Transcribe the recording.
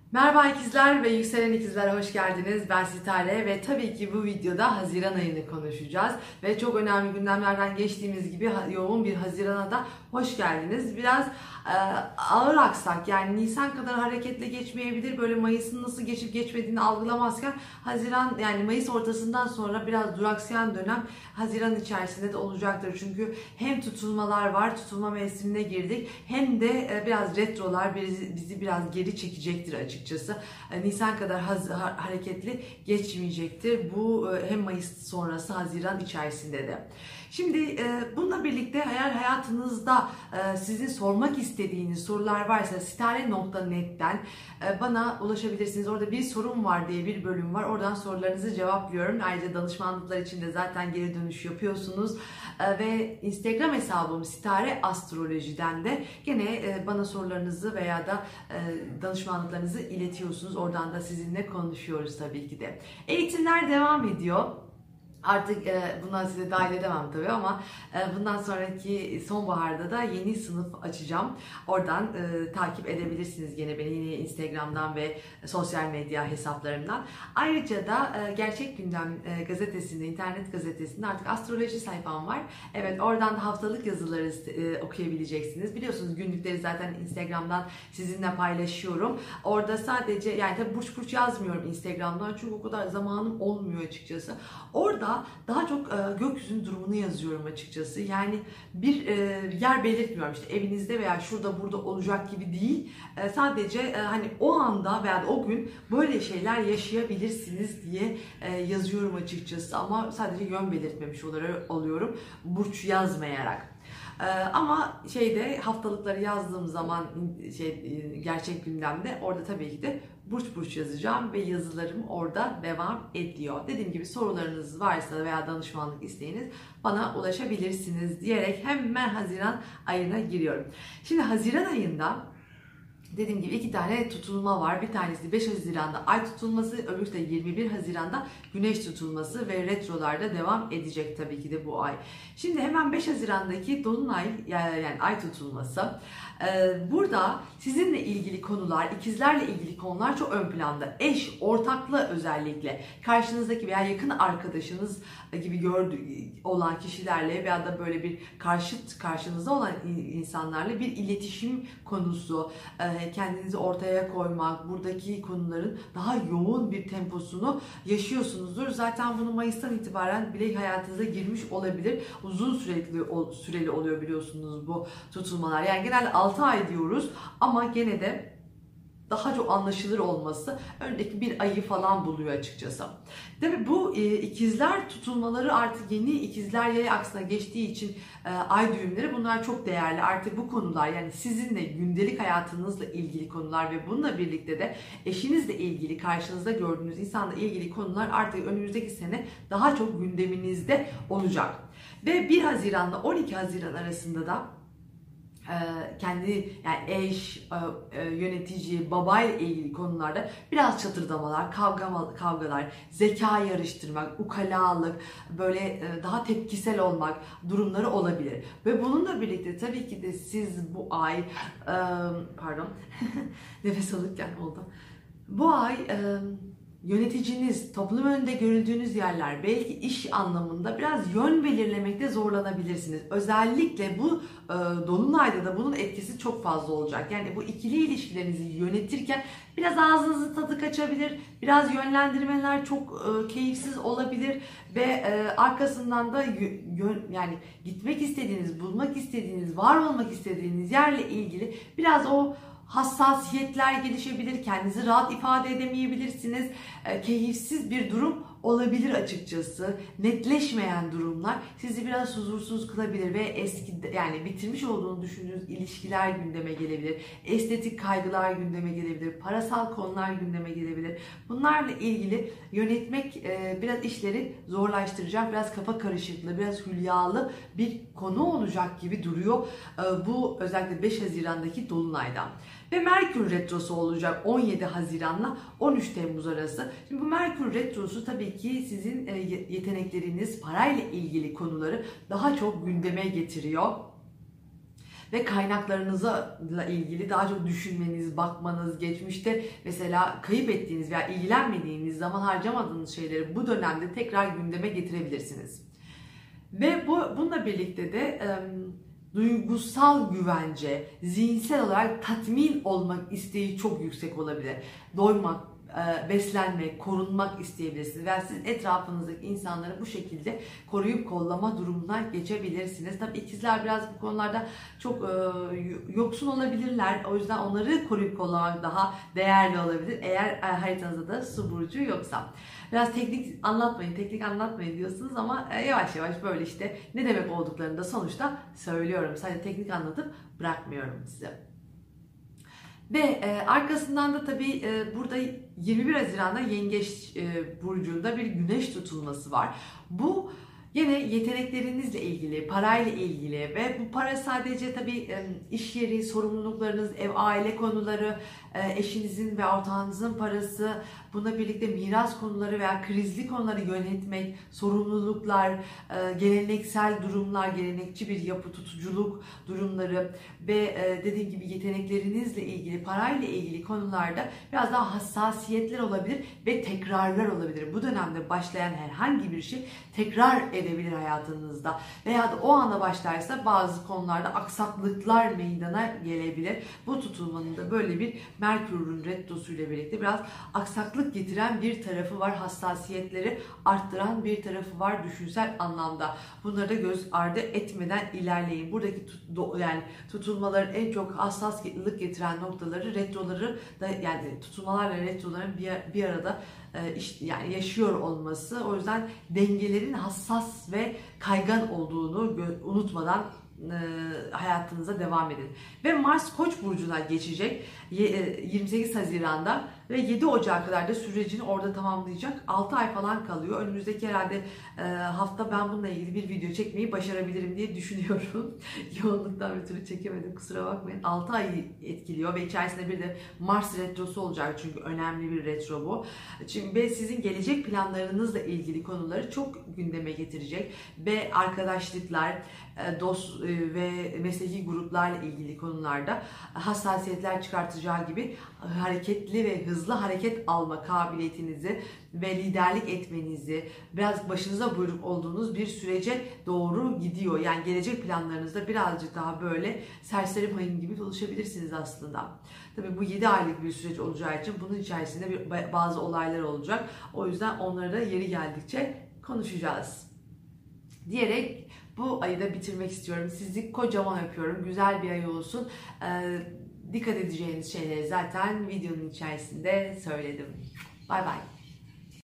Merhaba ikizler ve yükselen ikizler, hoş geldiniz. Ben Sitare ve tabii ki bu videoda Haziran ayını konuşacağız. Ve çok önemli gündemlerden geçtiğimiz gibi yoğun bir Haziran'a da hoş geldiniz. Biraz ağır aksak, yani Nisan kadar hareketli geçmeyebilir. Böyle Mayıs'ın nasıl geçip geçmediğini algılamazken Haziran, yani Mayıs ortasından sonra biraz duraksayan dönem Haziran içerisinde de olacaktır. Çünkü hem tutulmalar var, tutulma mevsimine girdik, hem de biraz retrolar bizi biraz geri çekecektir açıkçası. Nisan kadar hareketli geçmeyecektir. Bu hem Mayıs sonrası Haziran içerisinde de. Şimdi bununla birlikte eğer hayatınızda sizin sormak istediğiniz sorular varsa sitare.net'ten bana ulaşabilirsiniz. Orada bir sorun var diye bir bölüm var. Oradan sorularınızı cevaplıyorum. Ayrıca danışmanlıklar için de zaten geri dönüş yapıyorsunuz. Ve Instagram hesabım Sitare Astroloji'den de gene bana sorularınızı veya da danışmanlıklarınızı iletiyorsunuz. Oradan da sizinle konuşuyoruz tabii ki de. Eğitimler devam ediyor. Artık bundan size dahil edemem tabii ama bundan sonraki sonbaharda da yeni sınıf açacağım. Oradan takip edebilirsiniz gene beni, yine Instagram'dan ve sosyal medya hesaplarımdan. Ayrıca da Gerçek Gündem gazetesinde, internet gazetesinde artık astroloji sayfam var. Evet, oradan da haftalık yazıları okuyabileceksiniz. Biliyorsunuz günlükleri zaten Instagram'dan sizinle paylaşıyorum. Orada sadece, yani tabii burç burç yazmıyorum Instagram'dan çünkü o kadar zamanım olmuyor açıkçası. Orada daha çok gökyüzünün durumunu yazıyorum açıkçası. Yani bir yer belirtmiyorum, işte evinizde veya şurada burada olacak gibi değil. Sadece hani o anda veya o gün böyle şeyler yaşayabilirsiniz diye yazıyorum açıkçası. Ama sadece yön belirtmemiş oluyorum burç yazmayarak. Ama haftalıkları yazdığım zaman Gerçek Gündem'de orada tabii ki de burç burç yazacağım ve yazılarım orada devam ediyor. Dediğim gibi sorularınız varsa veya danışmanlık isteğiniz bana ulaşabilirsiniz diyerek hemen Haziran ayına giriyorum. Şimdi Haziran ayında dediğim gibi iki tane tutulma var. Bir tanesi 5 Haziran'da ay tutulması, öbürü de 21 Haziran'da güneş tutulması ve retrolarda devam edecek tabii ki de bu ay. Şimdi hemen 5 Haziran'daki dolunay, yani ay tutulması. Burada sizinle ilgili konular, ikizlerle ilgili konular çok ön planda. Eş, ortaklı, özellikle karşınızdaki veya yakın arkadaşınız gibi olan kişilerle veya da böyle bir karşınızda olan insanlarla bir iletişim konusu, kendinizi ortaya koymak, buradaki konuların daha yoğun bir temposunu yaşıyorsunuzdur. Zaten bunu Mayıs'tan itibaren bile hayatınıza girmiş olabilir. Uzun süreli oluyor biliyorsunuz bu tutulmalar. Yani genelde 6 ay diyoruz ama gene de daha çok anlaşılır olması önündeki bir ayı falan buluyor açıkçası. Tabii bu ikizler tutulmaları artık yeni ikizler yay aksına geçtiği için ay düğümleri, bunlar çok değerli. Artık bu konular, yani sizinle gündelik hayatınızla ilgili konular ve bununla birlikte de eşinizle ilgili, karşınızda gördüğünüz insanla ilgili konular artık önümüzdeki sene daha çok gündeminizde olacak. Ve 1 Haziran'la 12 Haziran arasında da kendi, yani eş, yönetici, babayla ilgili konularda biraz çatırdamalar, kavgalar, zeka yarıştırmak, ukalalık, böyle daha tepkisel olmak durumları olabilir. Ve bununla birlikte tabii ki de siz bu ay, pardon, nefes alırken oldu. Bu ay yöneticiniz, toplum önünde görüldüğünüz yerler, belki iş anlamında biraz yön belirlemekte zorlanabilirsiniz. Özellikle bu dolunayda da bunun etkisi çok fazla olacak. Yani bu ikili ilişkilerinizi yönetirken biraz ağzınızın tadı kaçabilir, biraz yönlendirmeler çok keyifsiz olabilir ve arkasından da yani gitmek istediğiniz, bulmak istediğiniz, var olmak istediğiniz yerle ilgili biraz o hassasiyetler gelişebilir, kendinizi rahat ifade edemeyebilirsiniz, keyifsiz bir durum olabilir açıkçası. Netleşmeyen durumlar sizi biraz huzursuz kılabilir ve yani bitirmiş olduğunu düşündüğünüz ilişkiler gündeme gelebilir, estetik kaygılar gündeme gelebilir, parasal konular gündeme gelebilir. Bunlarla ilgili yönetmek biraz işleri zorlaştıracak, biraz kafa karışıklığı, biraz hülyalı bir konu olacak gibi duruyor bu özellikle 5 Haziran'daki dolunaydan. Ve Merkür Retrosu olacak 17 Haziran'la 13 Temmuz arası. Şimdi bu Merkür Retrosu tabii ki sizin yetenekleriniz, parayla ilgili konuları daha çok gündeme getiriyor. ve kaynaklarınızla ilgili daha çok düşünmeniz, bakmanız, geçmişte mesela kayıp ettiğiniz veya ilgilenmediğiniz, zaman harcamadığınız şeyleri bu dönemde tekrar gündeme getirebilirsiniz. Ve bununla birlikte de duygusal güvence, zihinsel olarak tatmin olmak isteği çok yüksek olabilir. Doymak, beslenmek, korunmak isteyebilirsiniz. Veya siz etrafınızdaki insanları bu şekilde koruyup kollama durumuna geçebilirsiniz. Tabii ikizler biraz bu konularda çok yoksun olabilirler. O yüzden onları koruyup kollamak daha değerli olabilir. Eğer haritanızda da su burcu yoksa. Biraz teknik anlatmayın diyorsunuz ama yavaş yavaş böyle işte ne demek olduklarını da sonuçta söylüyorum. Sadece teknik anlatıp bırakmıyorum size. Ve arkasından da tabii burada 21 Haziran'da Yengeç burcunda bir güneş tutulması var. Bu yine yeteneklerinizle ilgili, parayla ilgili ve bu para sadece tabii iş yeri, sorumluluklarınız, ev, aile konuları, eşinizin ve ortağınızın parası, buna birlikte miras konuları veya krizli konuları yönetmek, sorumluluklar, geleneksel durumlar, gelenekçi bir yapı, tutuculuk durumları ve dediğim gibi yeteneklerinizle ilgili, parayla ilgili konularda biraz daha hassasiyetler olabilir ve tekrarlar olabilir. Bu dönemde başlayan herhangi bir şey tekrar edebilir hayatınızda veya da o anda başlarsa bazı konularda aksaklıklar meydana gelebilir. Bu tutulmanın da böyle bir Merkür'ün retrosuyla birlikte biraz aksaklık getiren bir tarafı var. Hassasiyetleri arttıran bir tarafı var düşünsel anlamda. Bunları da göz ardı etmeden ilerleyin. Buradaki yani tutulmaların en çok hassaslık getiren noktaları retroları da, yani tutulmalarla retroların bir arada yani yaşıyor olması. O yüzden dengelerin hassas ve kaygan olduğunu unutmadan hayatınıza devam edin. Ve Mars Koç burcuna geçecek 28 Haziran'da ve 7 Ocak'a kadar da sürecini orada tamamlayacak. 6 ay falan kalıyor. Önümüzdeki herhalde hafta ben bununla ilgili bir video çekmeyi başarabilirim diye düşünüyorum. Yoğunluktan bir türlü çekemedim, kusura bakmayın. 6 ay etkiliyor ve içerisinde bir de Mars retrosu olacak, çünkü önemli bir retro bu. Çünkü sizin gelecek planlarınızla ilgili konuları çok gündeme getirecek ve arkadaşlıklar, dost ve mesleki gruplarla ilgili konularda hassasiyetler çıkartacağı gibi hareketli ve hızlı hareket alma kabiliyetinizi ve liderlik etmenizi, biraz başınıza buyruk olduğunuz bir sürece doğru gidiyor. Yani gelecek planlarınızda birazcık daha böyle serseri mayın gibi dolaşabilirsiniz aslında. Tabii bu 7 aylık bir süreç olacağı için bunun içerisinde bazı olaylar olacak. O yüzden onları da yeri geldikçe konuşacağız diyerek bu ayı da bitirmek istiyorum. Sizi kocaman öpüyorum. Güzel bir ay olsun. Dikkat edeceğiniz şeyleri zaten videonun içerisinde söyledim. Bay bay.